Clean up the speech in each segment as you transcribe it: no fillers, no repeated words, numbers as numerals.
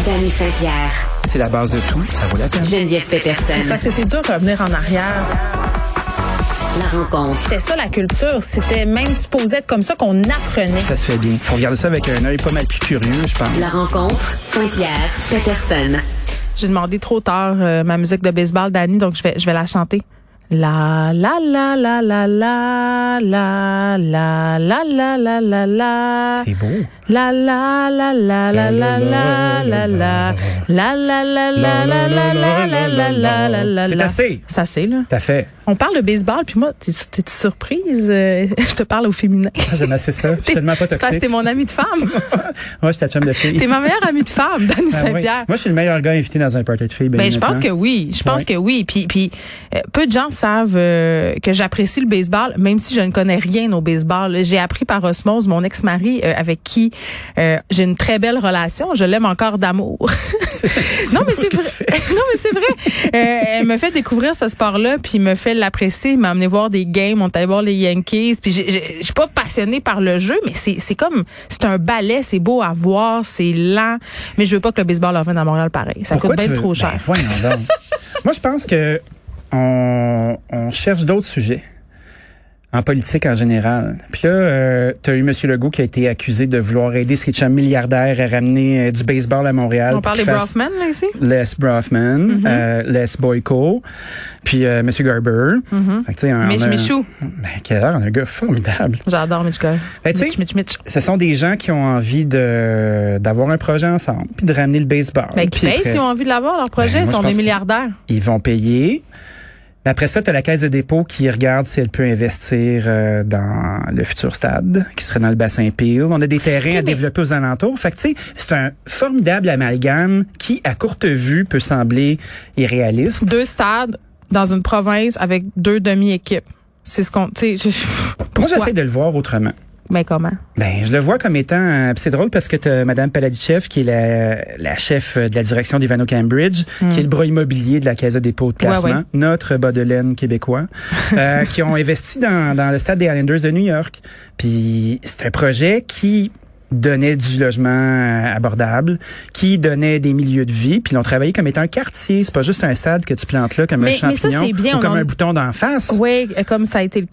Dany Saint-Pierre. C'est la base de tout, ça vaut la peine. Geneviève Peterson. Parce que c'est dur de revenir en arrière. La rencontre. C'était ça la culture, c'était même supposé être comme ça qu'on apprenait. Ça se fait bien. Faut regarder ça avec un œil pas mal plus curieux, je pense. La rencontre. Saint-Pierre. Peterson. J'ai demandé trop tard ma musique de baseball d'Annie, donc je vais la chanter. La la la la la la la la la la la la la. C'est beau. La la la la la la la la la la la la la la la la la la la. C'est assez. C'est assez, là. T'as fait. On parle de baseball, puis moi, t'es-tu surprise? Je te parle au féminin. J'aime assez ça. Je suis tellement pas C'est parce que toxique. t'es mon amie de femme. Moi, je suis ta chum de fille. T'es ma meilleure amie de femme, Dany Ah oui. Saint-Pierre. Moi, je suis le meilleur gars invité dans un party de filles. Ben, je pense que oui. Je pense que oui. Puis peu de gens savent que j'apprécie le baseball, même si je ne connais rien au baseball. J'ai appris par osmose mon ex-mari avec qui j'ai une très belle relation. Je l'aime encore d'amour. Non, mais c'est vrai. Non, mais c'est vrai. Elle me fait découvrir ce sport-là, puis me fait l'apprécier. Il m'a amené voir des games. On est allé voir les Yankees. Puis je suis pas passionnée par le jeu, mais c'est comme, c'est un ballet. C'est beau à voir. C'est lent. Mais je veux pas que le baseball revienne à Montréal pareil. Ça Pourquoi coûte bien trop cher. Ben, voyons donc. Moi, je pense que on cherche d'autres sujets en politique en général. Puis là, tu as eu M. Legault qui a été accusé de vouloir aider ses chums milliardaires à ramener du baseball à Montréal. On parle des Brofman, là, ici? Les Brofman, Les Boyko, puis M. Garber. Fait que, tu sais, Michou. Ben, quelle heure, on a un gars formidable. J'adore Mitch Garber. Ben, tu sais, Mitch. ce sont des gens qui ont envie d'avoir un projet ensemble, puis de ramener le baseball. Ben, qui payent s'ils ont envie de l'avoir, leur projet. Ben, moi, ils sont je pense des milliardaires. Ils vont payer. Après ça, tu as la Caisse de dépôt qui regarde si elle peut investir dans le futur stade, qui serait dans le bassin Peel. On a des terrains à développer aux alentours. Fait que, tu sais, c'est un formidable amalgame qui, à courte vue, peut sembler irréaliste. 2 stades dans une province avec 2 demi-équipes. C'est ce qu'on... Moi, j'essaie de le voir autrement. Mais comment? Ben, je le vois comme étant... c'est drôle parce que t'as Mme Paladichev, qui est la chef de la direction d'Ivano Cambridge, qui est le bras immobilier de la Caisse de dépôt de placement, notre bas de laine québécois, qui ont investi dans le stade des Islanders de New York. Puis c'est un projet qui donnait du logement abordable, qui donnait des milieux de vie, puis ils l'ont travaillé comme étant un quartier. C'est pas juste un stade que tu plantes là comme un champignon ça, c'est bien, ou comme un bouton d'en face. Oui, comme ça a été le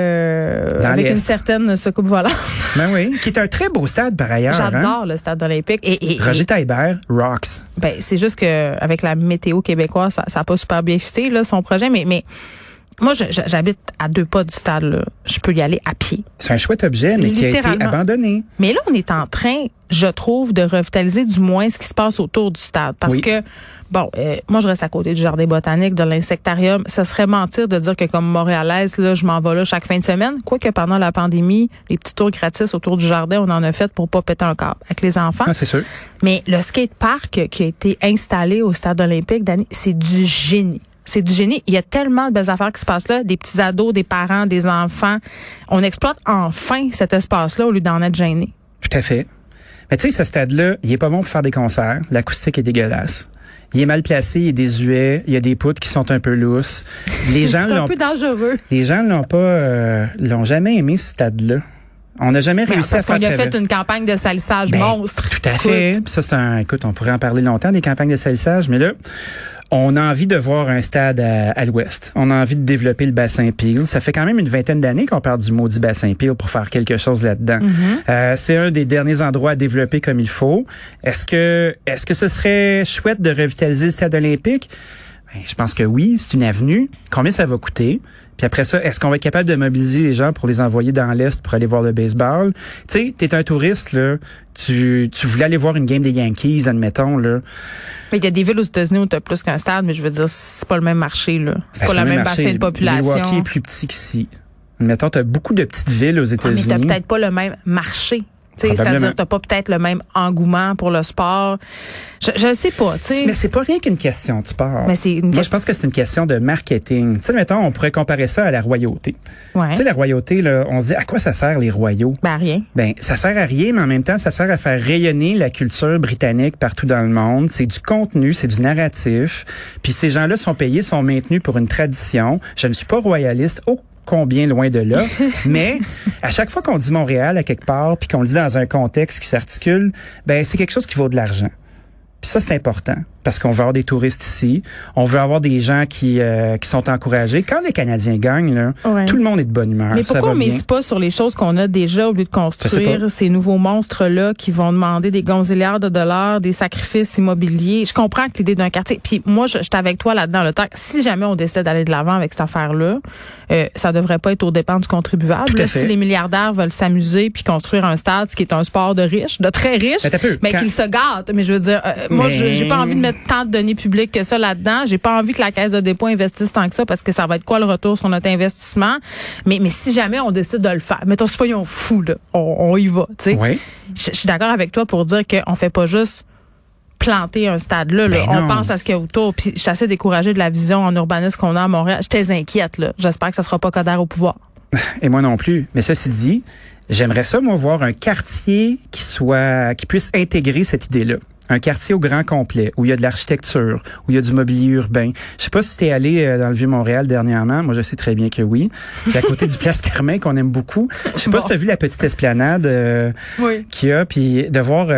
cas avec une certaine soucoupe volante. Ben oui, qui est un très beau stade par ailleurs. J'adore le stade olympique. Et Roger Taillibert, rocks. Ben, c'est juste que avec la météo québécoise, ça a pas super bien fité là, son projet, mais moi, j'habite à 2 pas du stade, là. Je peux y aller à pied. C'est un chouette objet, mais qui a été abandonné. Mais là, on est en train, je trouve, de revitaliser du moins ce qui se passe autour du stade. Parce que, bon, moi, je reste à côté du jardin botanique, de l'insectarium. Ça serait mentir de dire que comme Montréalaise, là, je m'en vais là chaque fin de semaine. Quoique pendant la pandémie, les petits tours gratis autour du jardin, on en a fait pour pas péter un câble avec les enfants. Ah, c'est sûr. Mais le skatepark qui a été installé au stade olympique, Dany, c'est du génie. C'est du génie. Il y a tellement de belles affaires qui se passent là. Des petits ados, des parents, des enfants. On exploite enfin cet espace-là au lieu d'en être gêné. Tout à fait. Mais tu sais, ce stade-là, il est pas bon pour faire des concerts. L'acoustique est dégueulasse. Il est mal placé, il est désuet. Il y a des poutres qui sont un peu lousses. Les gens c'est un peu dangereux. Les gens l'ont jamais aimé, ce stade-là. On n'a jamais réussi à faire... Parce qu'on a fait une campagne de salissage monstre. Tout à fait. Ça, écoute, on pourrait en parler longtemps, des campagnes de salissage, mais là... On a envie de voir un stade à l'ouest. On a envie de développer le bassin Peel. Ça fait quand même une 20aine d'années qu'on parle du maudit bassin Peel pour faire quelque chose là-dedans. C'est un des derniers endroits à développer comme il faut. Est-ce que ce serait chouette de revitaliser le stade olympique? Ben, je pense que oui, c'est une avenue. Combien ça va coûter? Puis après ça, est-ce qu'on va être capable de mobiliser les gens pour les envoyer dans l'Est pour aller voir le baseball? Tu sais, t'es un touriste, là. Tu voulais aller voir une game des Yankees, admettons, là. Mais il y a des villes aux États-Unis où t'as plus qu'un stade, mais je veux dire, c'est pas le même marché, là. C'est pas le même bassin de population. Milwaukee est plus petit qu'ici. Admettons, t'as beaucoup de petites villes aux États-Unis. Mais t'as peut-être pas le même marché. C'est-à-dire, t'as pas peut-être le même engouement pour le sport. Je sais pas, tu sais. Mais c'est pas rien qu'une question de sport. Mais moi, je pense que c'est une question de marketing. Tu sais, mettons, on pourrait comparer ça à la royauté. Ouais. Tu sais, la royauté, là, on se dit, à quoi ça sert les royaux? Ben, rien. Ben, ça sert à rien, mais en même temps, ça sert à faire rayonner la culture britannique partout dans le monde. C'est du contenu, c'est du narratif. Puis ces gens-là sont payés, sont maintenus pour une tradition. Je ne suis pas royaliste. Combien loin de là. Mais à chaque fois qu'on dit Montréal à quelque part, puis qu'on le dit dans un contexte qui s'articule, ben c'est quelque chose qui vaut de l'argent. Puis ça, c'est important parce qu'on veut avoir des touristes ici. On veut avoir des gens qui sont encouragés. Quand les Canadiens gagnent, là, tout le monde est de bonne humeur. Mais pourquoi on ne mise pas sur les choses qu'on a déjà au lieu de construire ces nouveaux monstres-là qui vont demander des gonziliards de dollars, des sacrifices immobiliers? Je comprends que l'idée d'un quartier... Puis moi, j'étais avec toi là-dedans. Si jamais on décide d'aller de l'avant avec cette affaire-là, ça devrait pas être aux dépens du contribuable. Là, si les milliardaires veulent s'amuser puis construire un stade, ce qui est un sport de riches, de très riches, mais qu'ils se gâtent. Mais je veux dire, moi, j'ai pas envie de mettre tant de deniers publics que ça là-dedans. J'ai pas envie que la Caisse de dépôt investisse tant que ça parce que ça va être quoi le retour sur notre investissement. Mais si jamais on décide de le faire, mettons, soyons fous, là. On y va, tu sais. Oui. Je suis d'accord avec toi pour dire qu'on fait pas juste planter un stade là. On pense à ce qu'il y a autour. Puis je suis assez découragée de la vision en urbanisme qu'on a à Montréal. J'étais inquiète, là. J'espère que ça sera pas Coder au pouvoir. Et moi non plus. Mais ceci dit, j'aimerais ça, moi, voir un quartier qui puisse intégrer cette idée-là. Un quartier au grand complet, où il y a de l'architecture, où il y a du mobilier urbain. Je sais pas si t'es allé dans le Vieux-Montréal dernièrement. Moi, je sais très bien que oui. Puis à côté du Place Carmin, qu'on aime beaucoup. Je sais pas si t'as vu la petite esplanade qu'il y a, puis de voir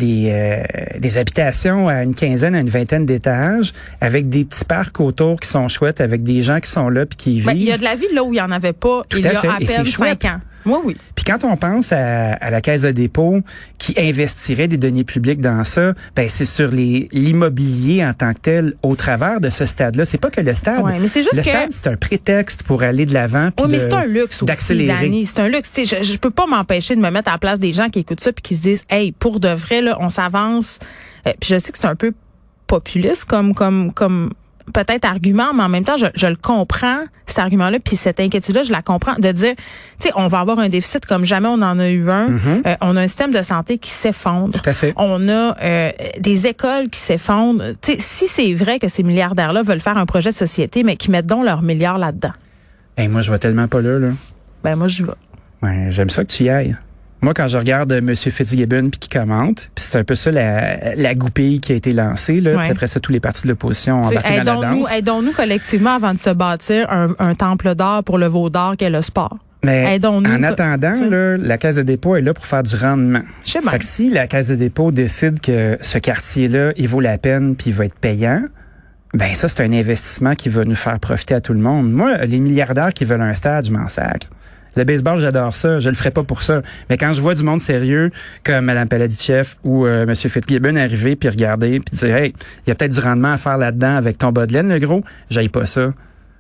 des habitations à une quinzaine, à une vingtaine d'étages, avec des petits parcs autour qui sont chouettes, avec des gens qui sont là puis qui y vivent. Il y a de la vie là où il y en avait pas il y a à peine 5 ans. Oui. Puis quand on pense à la Caisse de dépôt qui investirait des deniers publics dans ça, ben c'est sur l'immobilier en tant que tel au travers de ce stade-là. C'est pas que le stade. Ouais, mais c'est juste stade, c'est un prétexte pour aller de l'avant. Oui, mais c'est un luxe aussi, Dani. C'est un luxe. Tu sais, je peux pas m'empêcher de me mettre à la place des gens qui écoutent ça puis qui se disent, hey, pour de vrai, là, on s'avance. Puis je sais que c'est un peu populiste comme peut-être argument, mais en même temps, je le comprends, cet argument-là, puis cette inquiétude-là, je la comprends, de dire, tu sais, on va avoir un déficit comme jamais on en a eu un. On a un système de santé qui s'effondre. Tout à fait. On a des écoles qui s'effondrent. Tu sais, si c'est vrai que ces milliardaires-là veulent faire un projet de société, mais qui mettent donc leurs milliards là-dedans. Hey, moi, je vais tellement pas là. Ben, moi, j'y vais. Ouais, j'aime ça que tu y ailles. Moi, quand je regarde M. Fitzgibbon puis qui commente, puis c'est un peu ça la goupille qui a été lancée, là. Puis après ça, tous les partis de l'opposition ont embarqué dans la danse. Aidons-nous collectivement avant de se bâtir un temple d'art pour le veau d'art qu'est le sport. Mais en attendant, là, la Caisse de dépôt est là pour faire du rendement. Fait que si la Caisse de dépôt décide que ce quartier-là, il vaut la peine puis il va être payant, ben ça, c'est un investissement qui va nous faire profiter à tout le monde. Moi, les milliardaires qui veulent un stade, je m'en sacre. Le baseball, j'adore ça. Je le ferai pas pour ça. Mais quand je vois du monde sérieux, comme Mme Paladichev ou M. Fitzgibbon arriver puis regarder puis dire, hey, il y a peut-être du rendement à faire là-dedans avec ton bas de laine, le gros, j'aille pas ça.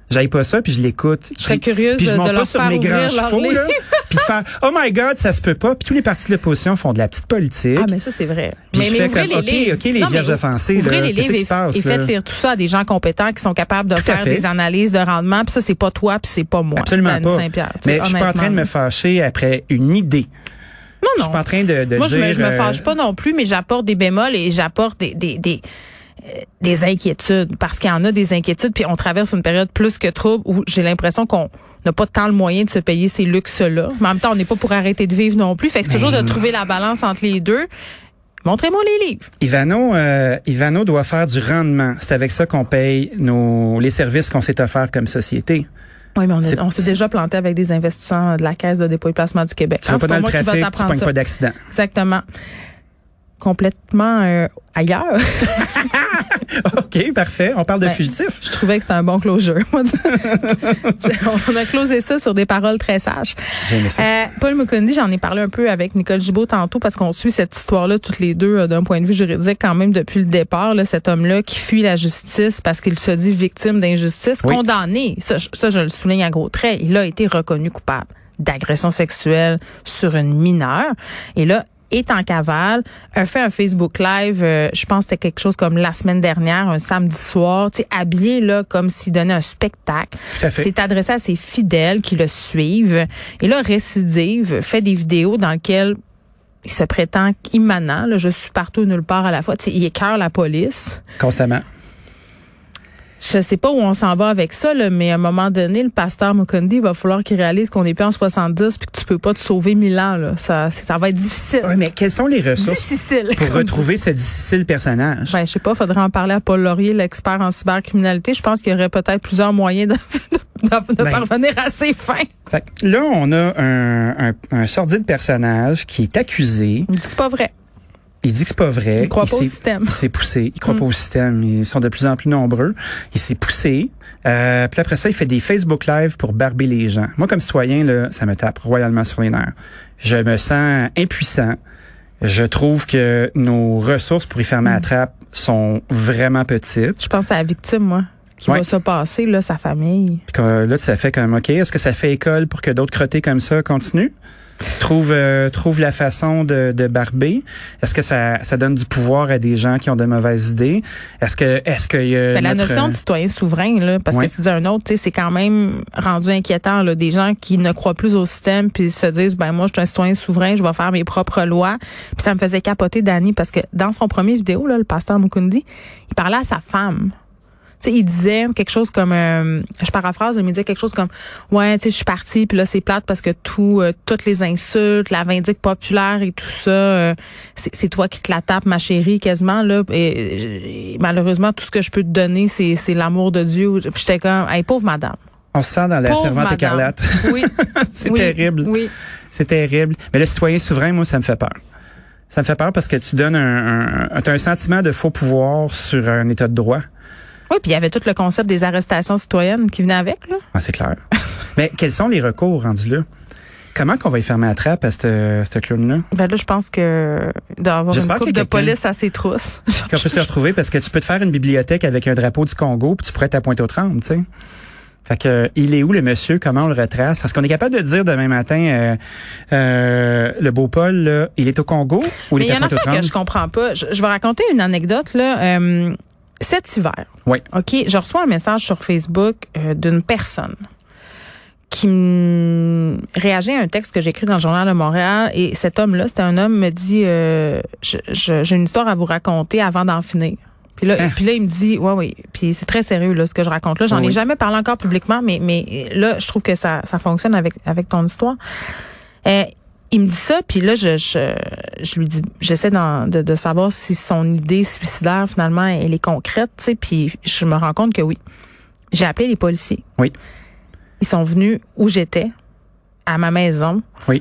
Puis je l'écoute. Je serais curieuse puis je monte de leur pas sur faire mes grands chevaux, là, puis de faire oh my God, ça se peut pas. Puis tous les partis de l'opposition font de la petite politique. Ah, mais ça, c'est vrai. Puis mais je fais ouvrez comme, les livres. OK, les vierges offensées, ouvrez là, les livres et faites lire tout ça à des gens compétents qui sont capables de faire des analyses de rendement. Puis ça, c'est pas toi, puis c'est pas moi. Absolument pas. Mais je suis pas en train de me fâcher après une idée. Non. Je suis pas en train de moi, dire... Moi, je me fâche pas non plus, mais j'apporte des bémols et j'apporte des inquiétudes, parce qu'il y en a des inquiétudes, puis on traverse une période plus que trouble où j'ai l'impression qu'on n'a pas tant le moyen de se payer ces luxes-là. Mais en même temps, on n'est pas pour arrêter de vivre non plus. Fait que c'est toujours de trouver la balance entre les deux. Montrez-moi les livres. Ivano doit faire du rendement. C'est avec ça qu'on paye les services qu'on s'est offerts comme société. Oui, mais on s'est déjà planté avec des investisseurs de la Caisse de dépôt et placement du Québec. Tu vas pas dans le trafic, tu pognes pas d'accident. Exactement. Complètement ailleurs. OK, parfait. On parle de fugitifs. Je trouvais que c'était un bon closure. On a closé ça sur des paroles très sages. J'ai aimé ça. Paul Mukundi, j'en ai parlé un peu avec Nicole Gibault tantôt parce qu'on suit cette histoire-là toutes les deux d'un point de vue juridique quand même depuis le départ. Là, cet homme-là qui fuit la justice parce qu'il se dit victime d'injustice, condamné. Ça, je le souligne à gros traits. Il a été reconnu coupable d'agression sexuelle sur une mineure. Et là, est en cavale, a fait un Facebook Live, je pense que c'était quelque chose comme la semaine dernière, un samedi soir, tu sais, habillé là comme s'il donnait un spectacle. Tout à fait. S'est adressé à ses fidèles qui le suivent. Et là, récidive, fait des vidéos dans lesquelles il se prétend immanent, là, je suis partout nulle part à la fois. Tu sais, il écœure la police. Constamment. Je sais pas où on s'en va avec ça, là, mais à un moment donné, le pasteur Mukundi, il va falloir qu'il réalise qu'on n'est plus en 70 puis que tu peux pas te sauver 1000 ans. Là. Ça va être difficile. Oui, mais quelles sont les ressources pour retrouver ce difficile personnage? Ben, je sais pas, faudrait en parler à Paul Laurier, l'expert en cybercriminalité. Je pense qu'il y aurait peut-être plusieurs moyens de parvenir à ses fins. Fait que là, on a un sordide personnage qui est accusé. C'est pas vrai. Il dit que c'est pas vrai. Il croit pas au système. Il s'est poussé. Il croit pas au système. Ils sont de plus en plus nombreux. Il s'est poussé. Puis après ça, il fait des Facebook Live pour barber les gens. Moi, comme citoyen, là, ça me tape royalement sur les nerfs. Je me sens impuissant. Je trouve que nos ressources pour y fermer la trappe sont vraiment petites. Je pense à la victime, moi, qui va se passer, là, sa famille. Puis là, ça fait comme, OK, est-ce que ça fait école pour que d'autres crottés comme ça continuent? Trouve la façon de barber. Est-ce que ça donne du pouvoir à des gens qui ont de mauvaises idées? Est-ce que y a la notion de citoyen souverain, là, parce que tu dis un autre, tu sais, c'est quand même rendu inquiétant, là, des gens qui ne croient plus au système puis se disent, ben moi, je suis un citoyen souverain, je vais faire mes propres lois. Puis ça me faisait capoter Dany parce que dans son premier vidéo, là, le pasteur Mukundi, il parlait à sa femme. Tu sais, il disait quelque chose comme, je paraphrase, mais il disait quelque chose comme, ouais, tu sais, je suis partie, puis là c'est plate parce que toutes les insultes, la vindicte populaire et tout ça, c'est toi qui te la tapes, ma chérie, quasiment là. Et malheureusement, tout ce que je peux te donner, c'est l'amour de Dieu. Puis j'étais comme, hey, pauvre madame. On se sent dans la Servante écarlate. Oui. C'est terrible. Oui. C'est terrible. Mais le citoyen souverain, moi, ça me fait peur. Ça me fait peur parce que tu donnes t'as un sentiment de faux pouvoir sur un état de droit. Oui, puis il y avait tout le concept des arrestations citoyennes qui venait avec, là. Ah, c'est clair. Mais quels sont les recours rendus là? Comment qu'on va y fermer la trappe à cette clown-là? Ben là, je pense que d'avoir une couple de police à ses trousses. Qu'on peut se le retrouver parce que tu peux te faire une bibliothèque avec un drapeau du Congo puis tu pourrais t'appointer aux trembles, tu sais. Fait que, il est où le monsieur? Comment on le retrace? Est-ce qu'on est capable de dire demain matin, le beau Paul, là, il est au Congo ou il est à Pointe-aux-Trembles? Mais il y a une affaire que je comprends pas. Je vais raconter une anecdote, là. Cet hiver, oui. OK, je reçois un message sur Facebook d'une personne qui réagit à un texte que j'ai écrit dans le Journal de Montréal. Et cet homme-là, c'était un homme, me dit, j'ai une histoire à vous raconter avant d'en finir. Puis là, il me dit, oui. Puis c'est très sérieux, là, ce que je raconte là. J'en ai jamais parlé encore publiquement, mais là, je trouve que ça fonctionne avec ton histoire. Il me dit ça, puis là, je lui dis, j'essaie de savoir si son idée suicidaire, finalement, elle est concrète, tu sais, puis je me rends compte que oui. J'ai appelé les policiers. Oui. Ils sont venus où j'étais, à ma maison. Oui.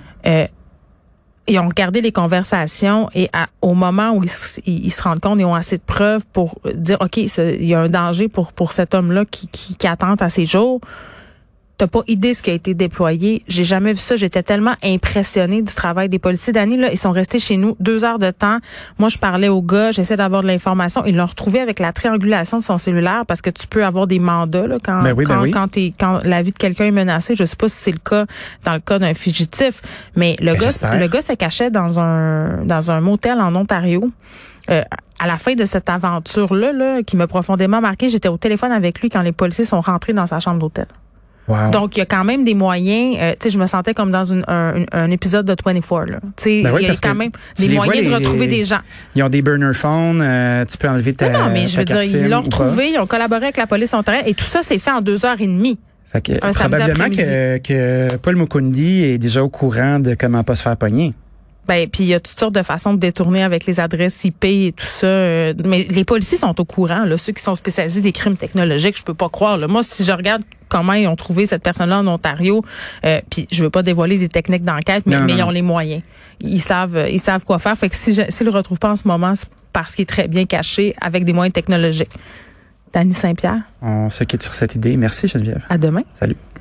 Ils ont regardé les conversations et au moment où ils se rendent compte, ils ont assez de preuves pour dire, OK, il y a un danger pour cet homme-là qui attente à ses jours. T'as pas idée ce qui a été déployé. J'ai jamais vu ça. J'étais tellement impressionnée du travail des policiers. Dany, là, ils sont restés chez nous 2 heures de temps. Moi, je parlais au gars, j'essaie d'avoir de l'information. Ils l'ont retrouvé avec la triangulation de son cellulaire parce que tu peux avoir des mandats là, quand la vie de quelqu'un est menacée. Je sais pas si c'est le cas dans le cas d'un fugitif, mais le gars se cachait dans un motel en Ontario. À la fin de cette aventure-là, qui m'a profondément marqué, j'étais au téléphone avec lui quand les policiers sont rentrés dans sa chambre d'hôtel. Wow. Donc, il y a quand même des moyens. Tu sais, je me sentais comme dans un épisode de 24, là. Tu sais, il y a quand même des moyens de retrouver des gens. Ils ont des burner phones, tu peux enlever ta Non, mais je veux dire, ils l'ont retrouvé, pas. ils ont collaboré avec la police en terrain, et tout ça s'est fait en 2h30. Fait que, probablement que Paul Mukundi est déjà au courant de comment pas se faire pogner. Ben, puis il y a toutes sortes de façons de détourner avec les adresses IP et tout ça. Mais les policiers sont au courant, là, ceux qui sont spécialisés des crimes technologiques, je peux pas croire. Là. Moi, si je regarde comment ils ont trouvé cette personne-là en Ontario, puis je veux pas dévoiler des techniques d'enquête, mais ils ont les moyens. Ils savent quoi faire. Fait que s'ils le retrouvent pas en ce moment, c'est parce qu'il est très bien caché avec des moyens technologiques. Dany Saint-Pierre. On se quitte sur cette idée. Merci Geneviève. À demain. Salut.